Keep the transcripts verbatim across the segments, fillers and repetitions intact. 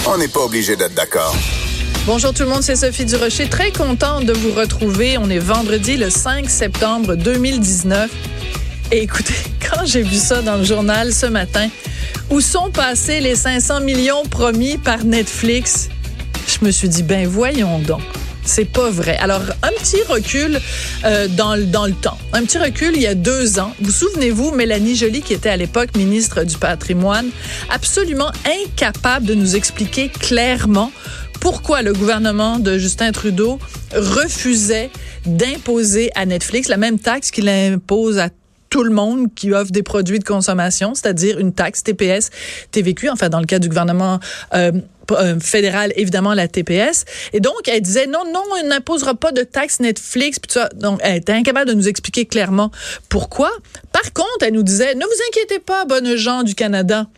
on n'est pas obligé d'être d'accord. Bonjour tout le monde, c'est Sophie Durocher. Très contente de vous retrouver. On est vendredi le cinq septembre deux mille dix-neuf. Et écoutez, quand j'ai vu ça dans le journal ce matin, où sont passés les cinq cents millions promis par Netflix, je me suis dit, ben voyons donc. C'est pas vrai. Alors, un petit recul euh, dans, dans le temps. Un petit recul il y a deux ans. Vous souvenez-vous, Mélanie Joly, qui était à l'époque ministre du Patrimoine, absolument incapable de nous expliquer clairement pourquoi le gouvernement de Justin Trudeau refusait d'imposer à Netflix la même taxe qu'il impose à tout le monde qui offre des produits de consommation, c'est-à-dire une taxe T P S T V Q, enfin dans le cas du gouvernement euh, fédéral, évidemment la T P S. Et donc, elle disait non, non, on n'imposera pas de taxe Netflix. Puis tout ça. Donc, elle était incapable de nous expliquer clairement pourquoi. Par contre, elle nous disait, ne vous inquiétez pas, bonnes gens du Canada.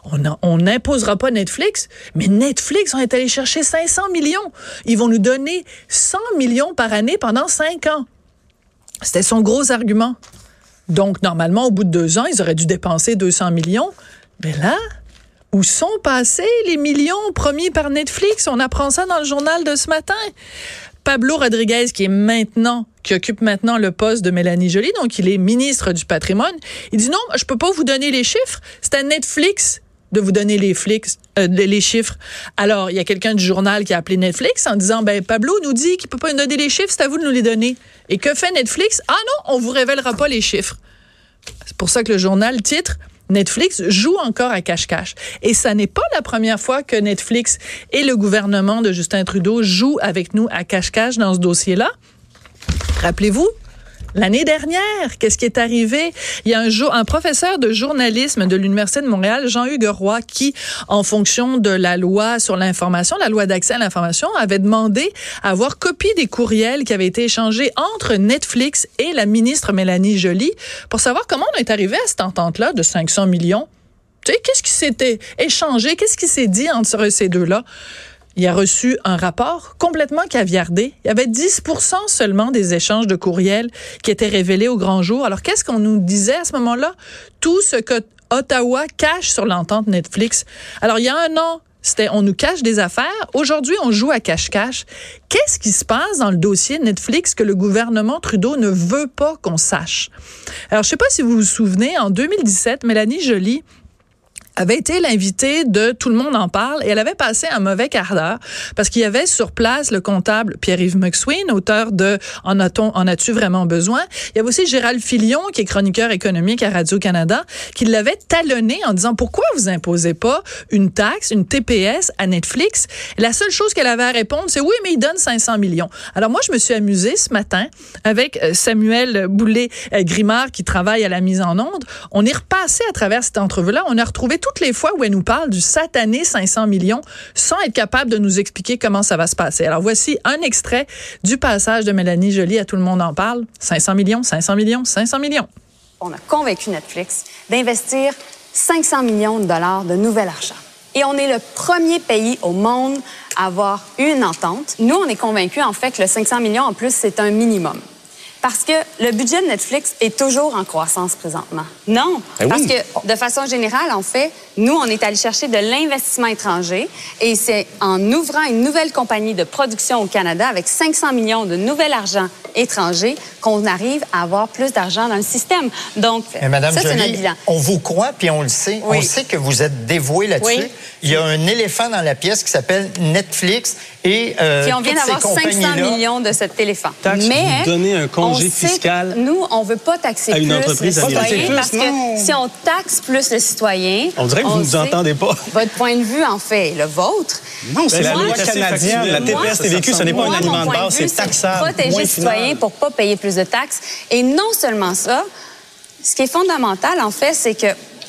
On n'imposera pas Netflix, mais Netflix, on est allé chercher cinq cents millions. Ils vont nous donner cent millions par année pendant cinq ans. C'était son gros argument. Donc, normalement, au bout de deux ans, ils auraient dû dépenser deux cents millions. Mais là, où sont passés les millions promis par Netflix? On apprend ça dans le journal de ce matin. Pablo Rodriguez, qui est maintenant, qui occupe maintenant le poste de Mélanie Joly, donc il est ministre du Patrimoine, il dit non, je peux pas vous donner les chiffres. C'est à Netflix de vous donner les, flix, euh, les chiffres. Alors, il y a quelqu'un du journal qui a appelé Netflix en disant, ben Pablo nous dit qu'il peut pas nous donner les chiffres, c'est à vous de nous les donner. Et que fait Netflix? Ah non, on vous révélera pas les chiffres. C'est pour ça que le journal titre, Netflix joue encore à cache-cache. Et ça n'est pas la première fois que Netflix et le gouvernement de Justin Trudeau jouent avec nous à cache-cache dans ce dossier-là. Rappelez-vous, l'année dernière, qu'est-ce qui est arrivé? Il y a un, jour, un professeur de journalisme de l'Université de Montréal, Jean-Hugues Roy, qui, en fonction de la loi sur l'information, la loi d'accès à l'information, avait demandé à avoir copie des courriels qui avaient été échangés entre Netflix et la ministre Mélanie Joly pour savoir comment on est arrivé à cette entente-là de cinq cents millions. Tu sais, qu'est-ce qui s'était échangé? Qu'est-ce qui s'est dit entre ces deux-là? Il a reçu un rapport complètement caviardé. Il y avait dix pour cent seulement des échanges de courriels qui étaient révélés au grand jour. Alors, qu'est-ce qu'on nous disait à ce moment-là? Tout ce que Ottawa cache sur l'entente Netflix. Alors, il y a un an, c'était on nous cache des affaires. Aujourd'hui, on joue à cache-cache. Qu'est-ce qui se passe dans le dossier Netflix que le gouvernement Trudeau ne veut pas qu'on sache? Alors, je sais pas si vous vous souvenez, en deux mille dix-sept, Mélanie Joly avait été l'invitée de Tout le monde en parle et elle avait passé un mauvais quart d'heure parce qu'il y avait sur place le comptable Pierre-Yves McSween, auteur de En a-t-on, en as-tu vraiment besoin? Il y avait aussi Gérald Filion, qui est chroniqueur économique à Radio-Canada, qui l'avait talonné en disant pourquoi vous imposez pas une taxe, une T P S à Netflix? Et la seule chose qu'elle avait à répondre, c'est oui, mais il donne cinq cents millions. Alors moi, je me suis amusée ce matin avec Samuel Boulay-Grimard qui travaille à la mise en onde. On est repassé à travers cette entrevue-là. On a retrouvé toutes les fois où elle nous parle du satané cinq cents millions sans être capable de nous expliquer comment ça va se passer. Alors voici un extrait du passage de Mélanie Joly à Tout le monde en parle. cinq cents millions, cinq cents millions, cinq cents millions. On a convaincu Netflix d'investir cinq cents millions de dollars de nouvel argent. Et on est le premier pays au monde à avoir eu une entente. Nous, on est convaincus, en fait, que le cinq cents millions, en plus, c'est un minimum. Parce que le budget de Netflix est toujours en croissance présentement. Non, eh oui. Parce que de façon générale, en fait, nous, on est allé chercher de l'investissement étranger et c'est en ouvrant une nouvelle compagnie de production au Canada avec cinq cents millions de nouvel argent étranger qu'on arrive à avoir plus d'argent dans le système. Donc, Mais Madame ça, Joly, c'est notre bilan. On vous croit puis on le sait. Oui. On sait que vous êtes dévouée là-dessus. Oui. Il y a un éléphant dans la pièce qui s'appelle Netflix et euh, puis on vient d'avoir cinq cents millions de cet éléphant. Taxe, Mais vous donnez un congé fiscal. Nous, on veut pas taxer à une plus entreprise le citoyen plus, parce non. que si on taxe plus le citoyen, on dirait que vous ne nous entendez pas. Votre point de vue, en fait, le vôtre. Non, c'est la loi canadienne. La T P S T V Q, ce n'est pas un aliment de base, c'est taxable. Protéger le citoyen pour pas payer plus de taxes. Et non seulement ça, ce qui est fondamental, en fait, c'est que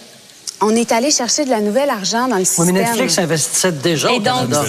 on est allé chercher de la nouvelle argent dans le système. Oui, mais Netflix investissait déjà au Canada.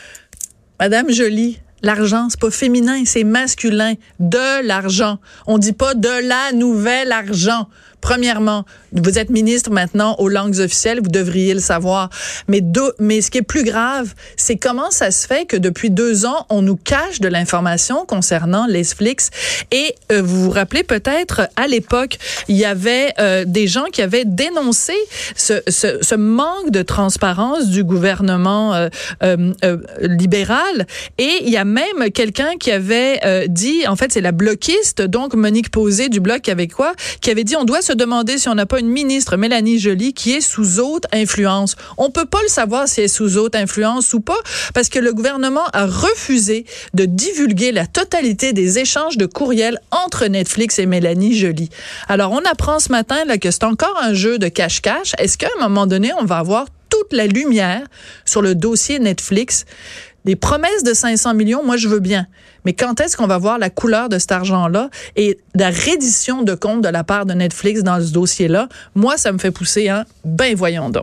Madame Joly, l'argent, c'est pas féminin, c'est masculin. De l'argent. On dit pas de la nouvelle argent. Premièrement, vous êtes ministre maintenant aux langues officielles, vous devriez le savoir. Mais, do, mais ce qui est plus grave, c'est comment ça se fait que depuis deux ans, on nous cache de l'information concernant Netflix. Et euh, vous vous rappelez peut-être, à l'époque, il y avait euh, des gens qui avaient dénoncé ce, ce, ce manque de transparence du gouvernement euh, euh, euh, libéral. Et il y a même quelqu'un qui avait euh, dit, en fait, c'est la bloquiste, donc Monique Posé du Bloc québécois, qui avait dit, on doit se demander si on n'a pas une ministre, Mélanie Joly, qui est sous haute influence. On peut pas le savoir si elle est sous haute influence ou pas, parce que le gouvernement a refusé de divulguer la totalité des échanges de courriels entre Netflix et Mélanie Joly. Alors, on apprend ce matin là, que c'est encore un jeu de cache-cache. Est-ce qu'à un moment donné, on va avoir toute la lumière sur le dossier Netflix? Les promesses de cinq cents millions, moi, je veux bien. Mais quand est-ce qu'on va voir la couleur de cet argent-là et la reddition de comptes de la part de Netflix dans ce dossier-là? Moi, ça me fait pousser un « ben voyons donc ».